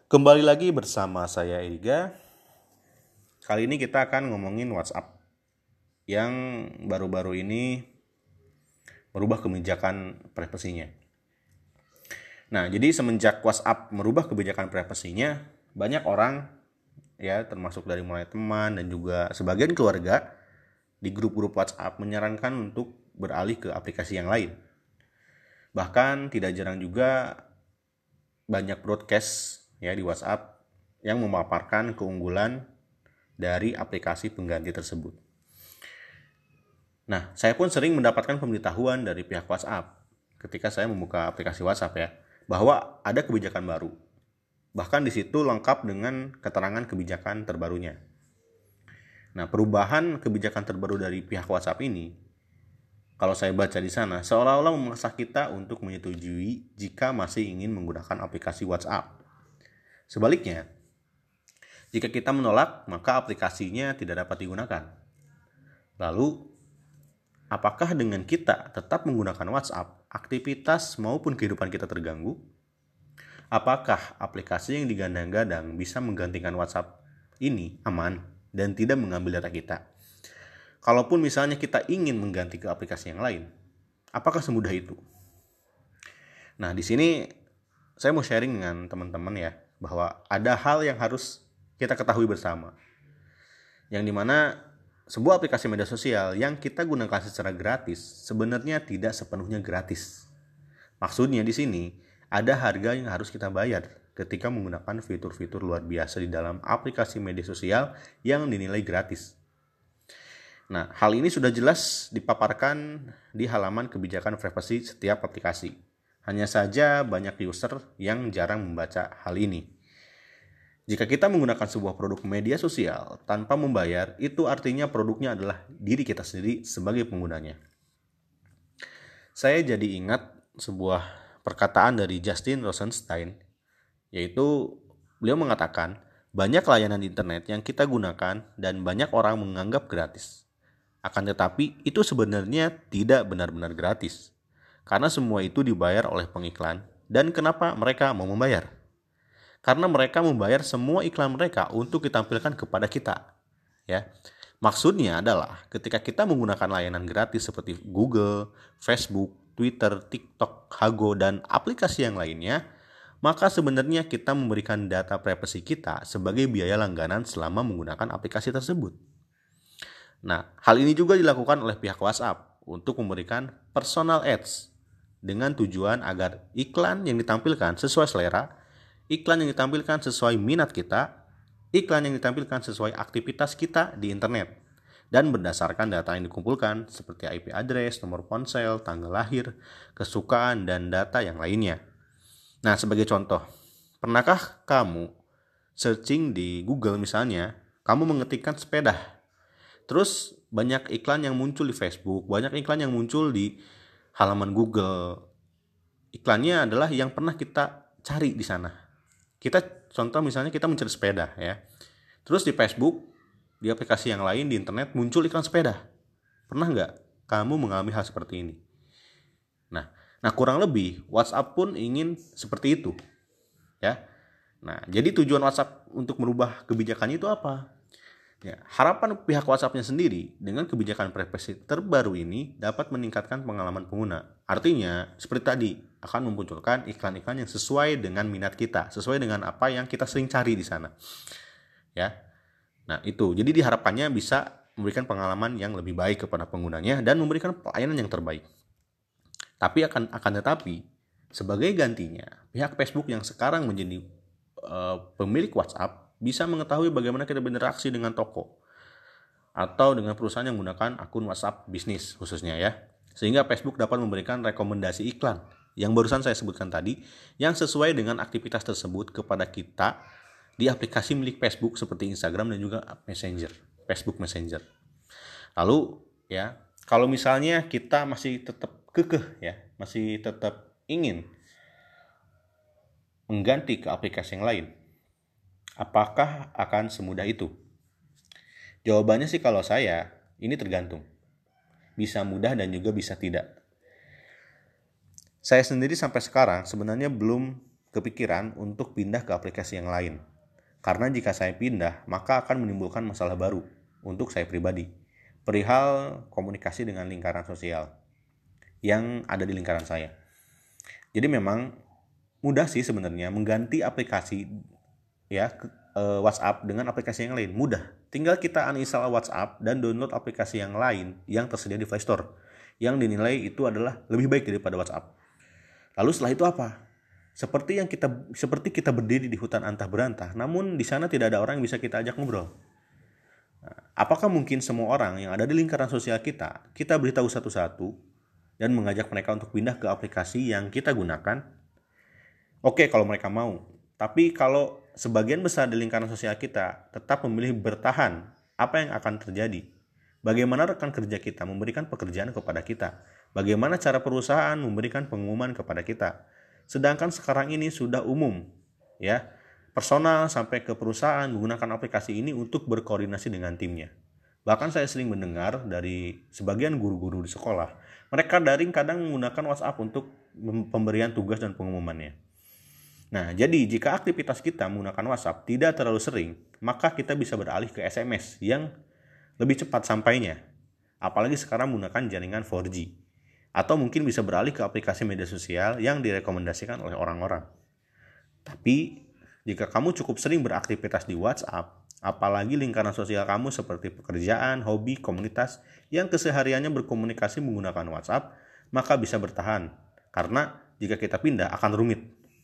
Kembali lagi bersama saya Ega. Kali ini kita akan ngomongin WhatsApp yang baru-baru ini merubah kebijakan privasinya. Nah, jadi semenjak WhatsApp merubah kebijakan privasinya, banyak orang ya, termasuk dari mulai teman dan juga sebagian keluarga di grup-grup WhatsApp menyarankan untuk beralih ke aplikasi yang lain. Bahkan tidak jarang juga banyak broadcast ya di WhatsApp yang memaparkan keunggulan dari aplikasi pengganti tersebut. Nah, saya pun sering mendapatkan pemberitahuan dari pihak WhatsApp ketika saya membuka aplikasi WhatsApp ya, bahwa ada kebijakan baru. Bahkan di situ lengkap dengan keterangan kebijakan terbarunya. Nah, perubahan kebijakan terbaru dari pihak WhatsApp ini, kalau saya baca di sana, seolah-olah memaksa kita untuk menyetujui jika masih ingin menggunakan aplikasi WhatsApp. Sebaliknya, jika kita menolak, maka aplikasinya tidak dapat digunakan. Lalu, apakah dengan kita tetap menggunakan WhatsApp, aktivitas maupun kehidupan kita terganggu? Apakah aplikasi yang digadang-gadang bisa menggantikan WhatsApp ini aman dan tidak mengambil data kita? Kalaupun misalnya kita ingin mengganti ke aplikasi yang lain, apakah semudah itu? Nah, di sini saya mau sharing dengan teman-teman ya, bahwa ada hal yang harus kita ketahui bersama. Yang dimana sebuah aplikasi media sosial yang kita gunakan secara gratis sebenarnya tidak sepenuhnya gratis. Maksudnya di sini ada harga yang harus kita bayar ketika menggunakan fitur-fitur luar biasa di dalam aplikasi media sosial yang dinilai gratis. Nah, hal ini sudah jelas dipaparkan di halaman kebijakan privasi setiap aplikasi. Hanya saja banyak user yang jarang membaca hal ini. Jika kita menggunakan sebuah produk media sosial tanpa membayar, itu artinya produknya adalah diri kita sendiri sebagai penggunanya. Saya jadi ingat sebuah perkataan dari Justin Rosenstein, yaitu beliau mengatakan, banyak layanan internet yang kita gunakan dan banyak orang menganggap gratis. Akan tetapi, itu sebenarnya tidak benar-benar gratis. Karena semua itu dibayar oleh pengiklan. Dan kenapa mereka mau membayar? Karena mereka membayar semua iklan mereka untuk ditampilkan kepada kita. Ya. Maksudnya adalah ketika kita menggunakan layanan gratis seperti Google, Facebook, Twitter, TikTok, Hago, dan aplikasi yang lainnya, maka sebenarnya kita memberikan data privasi kita sebagai biaya langganan selama menggunakan aplikasi tersebut. Nah, hal ini juga dilakukan oleh pihak WhatsApp untuk memberikan personal ads dengan tujuan agar iklan yang ditampilkan sesuai selera, iklan yang ditampilkan sesuai minat kita, iklan yang ditampilkan sesuai aktivitas kita di internet, dan berdasarkan data yang dikumpulkan seperti IP address, nomor ponsel, tanggal lahir, kesukaan, dan data yang lainnya. Nah, sebagai contoh, pernahkah kamu searching di Google misalnya, kamu mengetikkan sepeda, terus banyak iklan yang muncul di Facebook, banyak iklan yang muncul di halaman Google. Iklannya adalah yang pernah kita cari di sana. Kita contoh misalnya kita mencari sepeda ya. Terus di Facebook, di aplikasi yang lain di internet muncul iklan sepeda. Pernah nggak kamu mengalami hal seperti ini? Nah kurang lebih WhatsApp pun ingin seperti itu, ya. Nah jadi tujuan WhatsApp untuk merubah kebijakannya itu apa? Ya, harapan pihak WhatsApp-nya sendiri dengan kebijakan privasi terbaru ini dapat meningkatkan pengalaman pengguna. Artinya, seperti tadi, akan memunculkan iklan-iklan yang sesuai dengan minat kita, sesuai dengan apa yang kita sering cari di sana. Ya. Nah, itu. Jadi diharapkannya bisa memberikan pengalaman yang lebih baik kepada penggunanya dan memberikan pelayanan yang terbaik. Tapi akan tetapi, sebagai gantinya, pihak Facebook yang sekarang menjadi pemilik WhatsApp bisa mengetahui bagaimana kita berinteraksi dengan toko atau dengan perusahaan yang menggunakan akun WhatsApp bisnis khususnya ya. Sehingga Facebook dapat memberikan rekomendasi iklan yang barusan saya sebutkan tadi yang sesuai dengan aktivitas tersebut kepada kita di aplikasi milik Facebook seperti Instagram dan juga Messenger, Facebook Messenger. Lalu ya, kalau misalnya kita masih tetap kekeh ya, masih tetap ingin mengganti ke aplikasi yang lain, apakah akan semudah itu? Jawabannya sih kalau saya, ini tergantung. Bisa mudah dan juga bisa tidak. Saya sendiri sampai sekarang sebenarnya belum kepikiran untuk pindah ke aplikasi yang lain. Karena jika saya pindah, maka akan menimbulkan masalah baru untuk saya pribadi. Perihal komunikasi dengan lingkaran sosial yang ada di lingkaran saya. Jadi memang mudah sih sebenarnya mengganti aplikasi WhatsApp dengan aplikasi yang lain. Mudah. Tinggal kita uninstall WhatsApp dan download aplikasi yang lain yang tersedia di Play Store yang dinilai itu adalah lebih baik daripada WhatsApp. Lalu setelah itu apa? Seperti kita berdiri di hutan antah berantah, namun di sana tidak ada orang yang bisa kita ajak ngobrol. Apakah mungkin semua orang yang ada di lingkaran sosial kita beritahu satu-satu dan mengajak mereka untuk pindah ke aplikasi yang kita gunakan? Oke, kalau mereka mau. Tapi kalau sebagian besar di lingkaran sosial kita tetap memilih bertahan, apa yang akan terjadi? Bagaimana rekan kerja kita memberikan pekerjaan kepada kita? Bagaimana cara perusahaan memberikan pengumuman kepada kita? Sedangkan sekarang ini sudah umum, ya. Personal sampai ke perusahaan menggunakan aplikasi ini untuk berkoordinasi dengan timnya. Bahkan saya sering mendengar dari sebagian guru-guru di sekolah, mereka daring kadang menggunakan WhatsApp untuk pemberian tugas dan pengumumannya. Nah, jadi jika aktivitas kita menggunakan WhatsApp tidak terlalu sering, maka kita bisa beralih ke SMS yang lebih cepat sampainya. Apalagi sekarang menggunakan jaringan 4G. Atau mungkin bisa beralih ke aplikasi media sosial yang direkomendasikan oleh orang-orang. Tapi, jika kamu cukup sering beraktivitas di WhatsApp, apalagi lingkaran sosial kamu seperti pekerjaan, hobi, komunitas yang kesehariannya berkomunikasi menggunakan WhatsApp, maka bisa bertahan. Karena jika kita pindah akan rumit.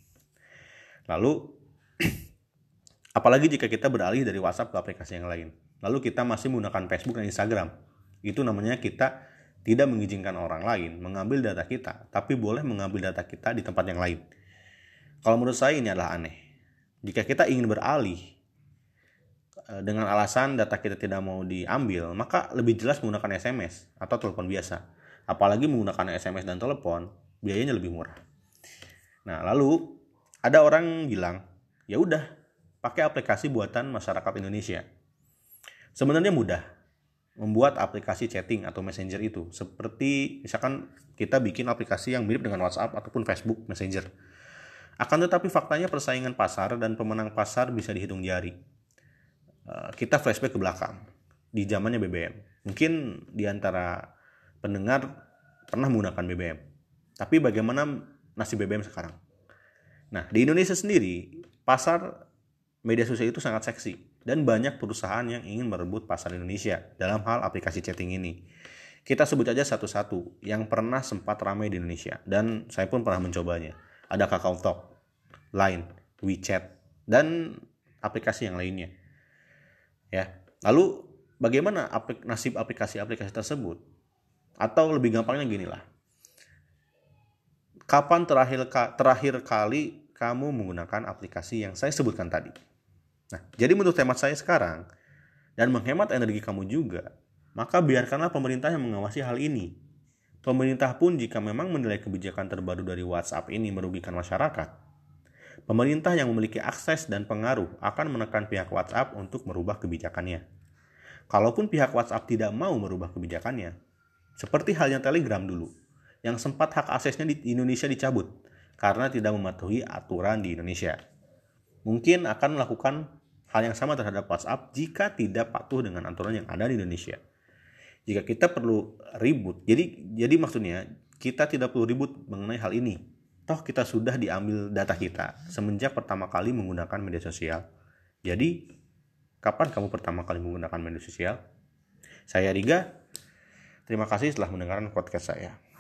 Lalu, apalagi jika kita beralih dari WhatsApp ke aplikasi yang lain. Lalu kita masih menggunakan Facebook dan Instagram. Itu namanya kita tidak mengizinkan orang lain mengambil data kita, tapi boleh mengambil data kita di tempat yang lain. Kalau menurut saya ini adalah aneh. Jika kita ingin beralih dengan alasan data kita tidak mau diambil, maka lebih jelas menggunakan SMS atau telepon biasa. Apalagi menggunakan SMS dan telepon, biayanya lebih murah. Nah, lalu ada orang bilang, ya udah, pakai aplikasi buatan masyarakat Indonesia. Sebenarnya mudah membuat aplikasi chatting atau messenger itu. Seperti misalkan kita bikin aplikasi yang mirip dengan WhatsApp ataupun Facebook Messenger. Akan tetapi faktanya persaingan pasar dan pemenang pasar bisa dihitung jari. Kita flashback ke belakang, di zamannya BBM. Mungkin di antara pendengar pernah menggunakan BBM. Tapi bagaimana nasib BBM sekarang? Nah, di Indonesia sendiri, pasar media sosial itu sangat seksi. Dan banyak perusahaan yang ingin merebut pasar Indonesia dalam hal aplikasi chatting ini. Kita sebut aja satu-satu yang pernah sempat ramai di Indonesia. Dan saya pun pernah mencobanya. Ada KakaoTalk, Line, WeChat, dan aplikasi yang lainnya. Ya. Lalu bagaimana nasib aplikasi-aplikasi tersebut? Atau lebih gampangnya ginilah. Kapan terakhir kali kamu menggunakan aplikasi yang saya sebutkan tadi? Nah, jadi menurut hemat saya sekarang, dan menghemat energi kamu juga, maka biarkanlah pemerintah yang mengawasi hal ini. Pemerintah pun jika memang menilai kebijakan terbaru dari WhatsApp ini merugikan masyarakat, pemerintah yang memiliki akses dan pengaruh akan menekan pihak WhatsApp untuk merubah kebijakannya. Kalaupun pihak WhatsApp tidak mau merubah kebijakannya, seperti halnya Telegram dulu, yang sempat hak aksesnya di Indonesia dicabut karena tidak mematuhi aturan di Indonesia. Mungkin akan melakukan hal yang sama terhadap WhatsApp jika tidak patuh dengan aturan yang ada di Indonesia. Jika kita perlu ribut, jadi maksudnya kita tidak perlu ribut mengenai hal ini. Toh kita sudah diambil data kita semenjak pertama kali menggunakan media sosial. Jadi, kapan kamu pertama kali menggunakan media sosial? Saya Riga, terima kasih telah mendengarkan podcast saya.